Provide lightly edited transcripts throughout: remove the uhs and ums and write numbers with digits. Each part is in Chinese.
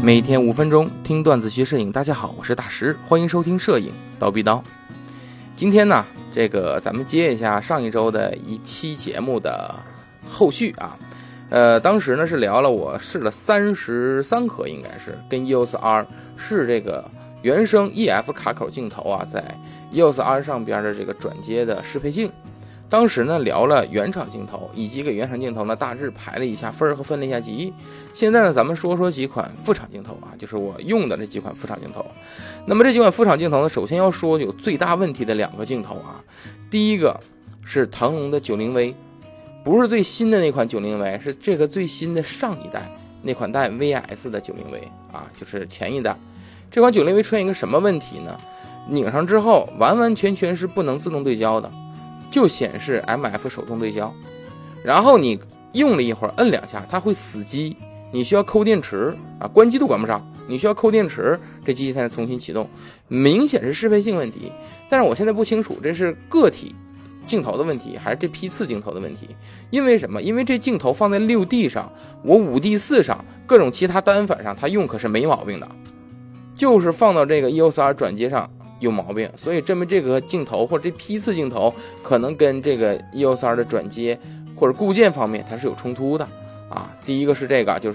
每天5分钟听段子学摄影。大家好，我是大石，欢迎收听摄影刀逼刀。今天呢，咱们接一下上一周的一期节目的后续啊。当时呢是聊了我试了33颗，应该是跟 EOS R 是这个原生 EF 卡口镜头啊，在 EOS R 上边的这个转接的适配性。当时呢聊了原厂镜头，以及给原厂镜头呢大致排了一下分和分了一下级。现在呢咱们说几款副厂镜头啊，就是我用的这几款副厂镜头。那么这几款副厂镜头呢，首先要说有最大问题的2个镜头啊。第一个是腾龙的 90V， 不是最新的那款 90V， 是这个最新的上一代那款带 VS 的 90V 啊，就是前一代。这款 90V 出现一个什么问题呢？拧上之后完全是不能自动对焦的，就显示 MF 手动对焦，然后你用了一会儿摁2下它会死机，你需要抠电池啊，关机都管不上，你需要抠电池，这机器才能重新启动，明显是适配性问题。但是我现在不清楚这是个体镜头的问题还是这批次镜头的问题。因为什么？因为这镜头放在 6D 上，我 5D4 上各种其他单反上它用可是没毛病的，就是放到这个 EOS R 转接上有毛病，所以证明这个镜头或者这批次镜头可能跟这个 EOS R 的转接或者固件方面它是有冲突的啊。第一个是这个，就是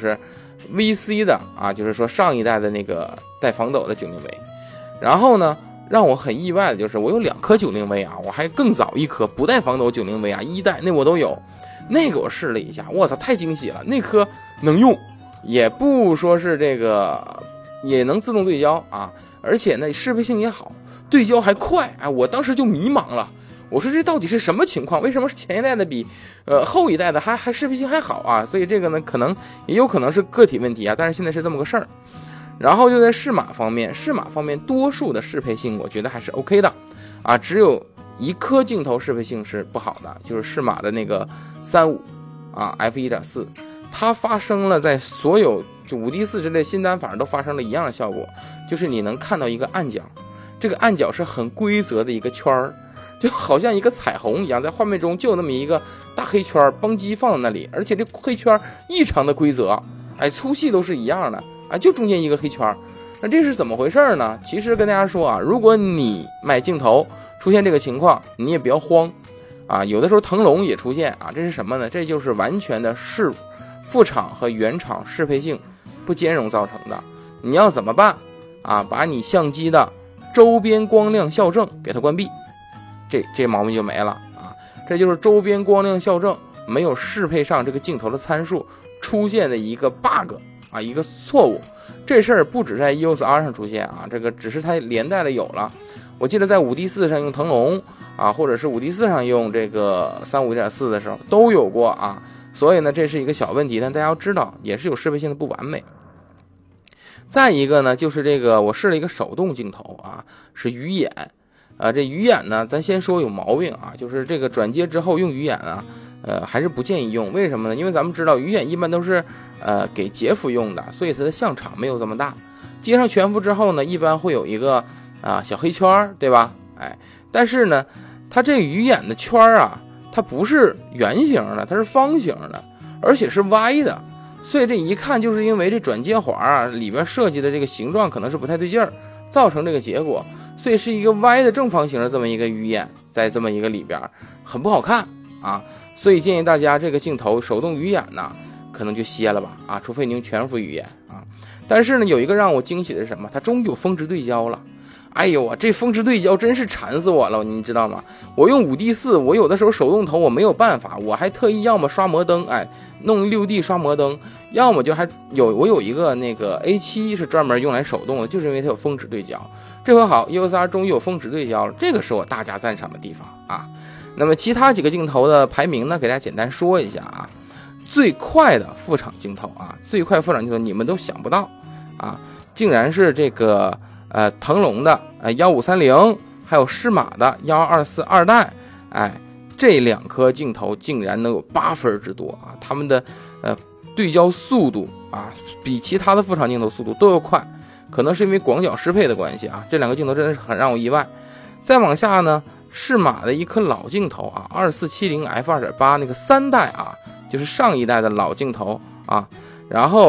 VC 的啊，就是说上一代的那个带防抖的 90V。 然后呢让我很意外的就是我有2颗 90V 啊，我还更早一颗不带防抖 90V 啊，1代那我都有，那个我试了一下，我操太惊喜了，那颗能用，也不说是这个也能自动对焦啊，而且呢适配性也好，对焦还快。哎，我当时就迷茫了，我说这到底是什么情况？为什么前一代的比后一代的还适配性还好啊？所以这个呢可能也有可能是个体问题啊，但是现在是这么个事儿。然后就在适码方面多数的适配性我觉得还是 OK 的啊，只有1颗镜头适配性是不好的，就是适码的那个35啊 f1.4， 它发生了在所有就 5D4 之类新单反都发生了一样的效果，就是你能看到一个暗角，这个暗角是很规则的一个圈儿，就好像一个彩虹一样，在画面中就有那么一个大黑圈邦机放在那里，而且这黑圈异常的规则，哎，粗细都是一样的啊，就中间一个黑圈。那这是怎么回事呢？其实跟大家说啊，如果你买镜头出现这个情况，你也不要慌啊，有的时候腾龙也出现啊，这是什么呢？这就是完全的副厂和原厂适配性不兼容造成的。你要怎么办啊？把你相机的周边光亮校正给它关闭，这毛病就没了啊。这就是周边光亮校正没有适配上这个镜头的参数出现的一个 bug 啊，一个错误。这事儿不只在 EOS R 上出现啊，这个只是它连带的有了。我记得在 5D4 上用腾龙啊，或者是 5D4 上用这个35.4的时候都有过啊。所以呢这是一个小问题，但大家要知道也是有适配性的不完美。再一个呢就是这个我试了一个手动镜头啊，是鱼眼啊。这鱼眼呢咱先说有毛病啊，就是这个转接之后用鱼眼啊还是不建议用。为什么呢？因为咱们知道鱼眼一般都是给截幅用的，所以它的相场没有这么大。接上全幅之后呢，一般会有一个小黑圈，对吧？哎，但是呢它这鱼眼的圈啊，它不是圆形的，它是方形的，而且是歪的，所以这一看就是因为这转接环啊里边设计的这个形状可能是不太对劲儿，造成这个结果。所以是一个歪的正方形的这么一个鱼眼在这么一个里边，很不好看啊。所以建议大家这个镜头手动鱼眼呢可能就歇了吧啊，除非你用全幅鱼眼啊。但是呢有一个让我惊喜的是什么？它终于有峰值对焦了。哎呦啊，这峰值对焦真是馋死我了，你知道吗？我用 5D4 我有的时候手动头我没有办法，我还特意要么刷摩登，哎，弄 6D 刷摩登，要么就我有一个那个 A7 是专门用来手动的，就是因为它有峰值对焦。这回好 EOS R 终于有峰值对焦了，这个是我大加赞赏的地方啊。那么其他几个镜头的排名呢给大家简单说一下啊。最快的副厂镜头啊，最快副厂镜头你们都想不到啊，竟然是这个腾龙的1530，还有适马的1224二代，哎，这2颗镜头竟然能有8分之多啊！他们的对焦速度啊，比其他的副厂镜头速度都要快，可能是因为广角适配的关系啊。这2个镜头真的是很让我意外。再往下呢，适马的一颗老镜头啊，2470 f2.8 那个3代啊，就是上一代的老镜头啊，然后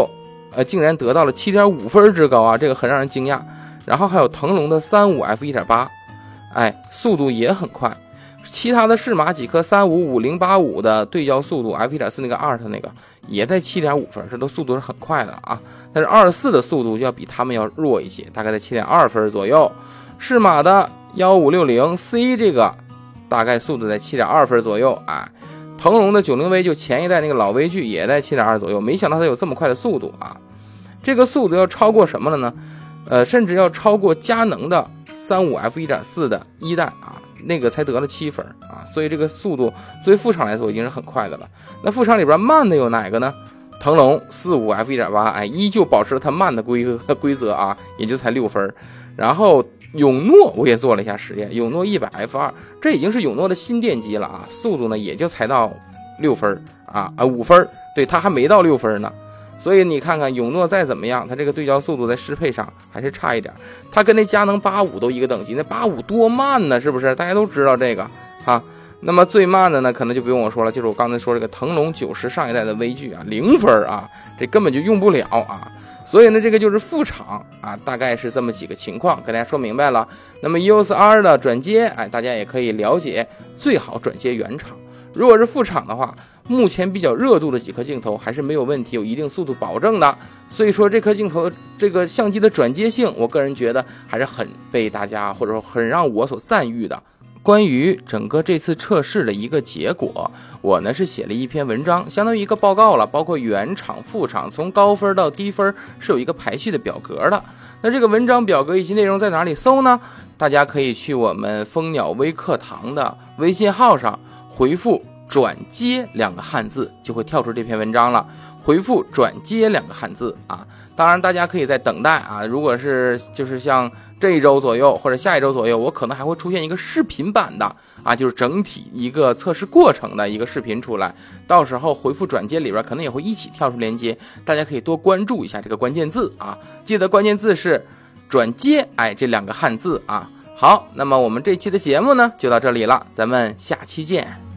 竟然得到了 7.5 分之高啊，这个很让人惊讶。然后还有腾龙的 35F1.8， 速度也很快。其他的适马几颗355085的对焦速度 F1.4 那个 ART 那个也在 7.5 分，这都速度是很快的啊。但是24的速度就要比他们要弱一些，大概在 7.2 分左右。适马的 1560C 这个大概速度在 7.2 分左右腾龙的 90V 就前一代那个老微距也在 7.2 左右，没想到它有这么快的速度啊。这个速度要超过什么了呢？甚至要超过佳能的 35F1.4 的一代啊，那个才得了7分啊，所以这个速度作为副厂来说已经是很快的了。那副厂里边慢的有哪个呢？腾龙 45F1.8， 依旧保持了它慢的规则啊，也就才6分。然后永诺我也做了一下实验，永诺 100F2， 这已经是永诺的新电机了啊，速度呢也就才到6分5分，对，它还没到6分呢。所以你看看永诺再怎么样，它这个对焦速度在适配上还是差一点，它跟那佳能85都一个等级，那85多慢呢，是不是？大家都知道这个啊。那么最慢的呢，可能就不用我说了，就是我刚才说这个腾龙90上一代的微距0分啊，这根本就用不了啊。所以呢，这个就是副厂啊，大概是这么几个情况，跟大家说明白了。那么 EOS R 的转接，大家也可以了解，最好转接原厂。如果是副厂的话，目前比较热度的几颗镜头还是没有问题，有一定速度保证的。所以说这颗镜头这个相机的转接性，我个人觉得还是很被大家或者说很让我所赞誉的。关于整个这次测试的一个结果，我呢是写了一篇文章，相当于一个报告了，包括原厂、副厂，从高分到低分是有一个排序的表格的。那这个文章表格以及内容在哪里搜呢？大家可以去我们蜂鸟微课堂的微信号上回复转接2个汉字，就会跳出这篇文章了。回复转接2个汉字啊，当然大家可以在等待啊。如果是就是像这一周左右或者下一周左右，我可能还会出现一个视频版的啊，就是整体一个测试过程的一个视频出来。到时候回复转接里边可能也会一起跳出链接，大家可以多关注一下这个关键字啊。记得关键字是转接，这2个汉字啊。好，那么我们这期的节目呢就到这里了，咱们下期见。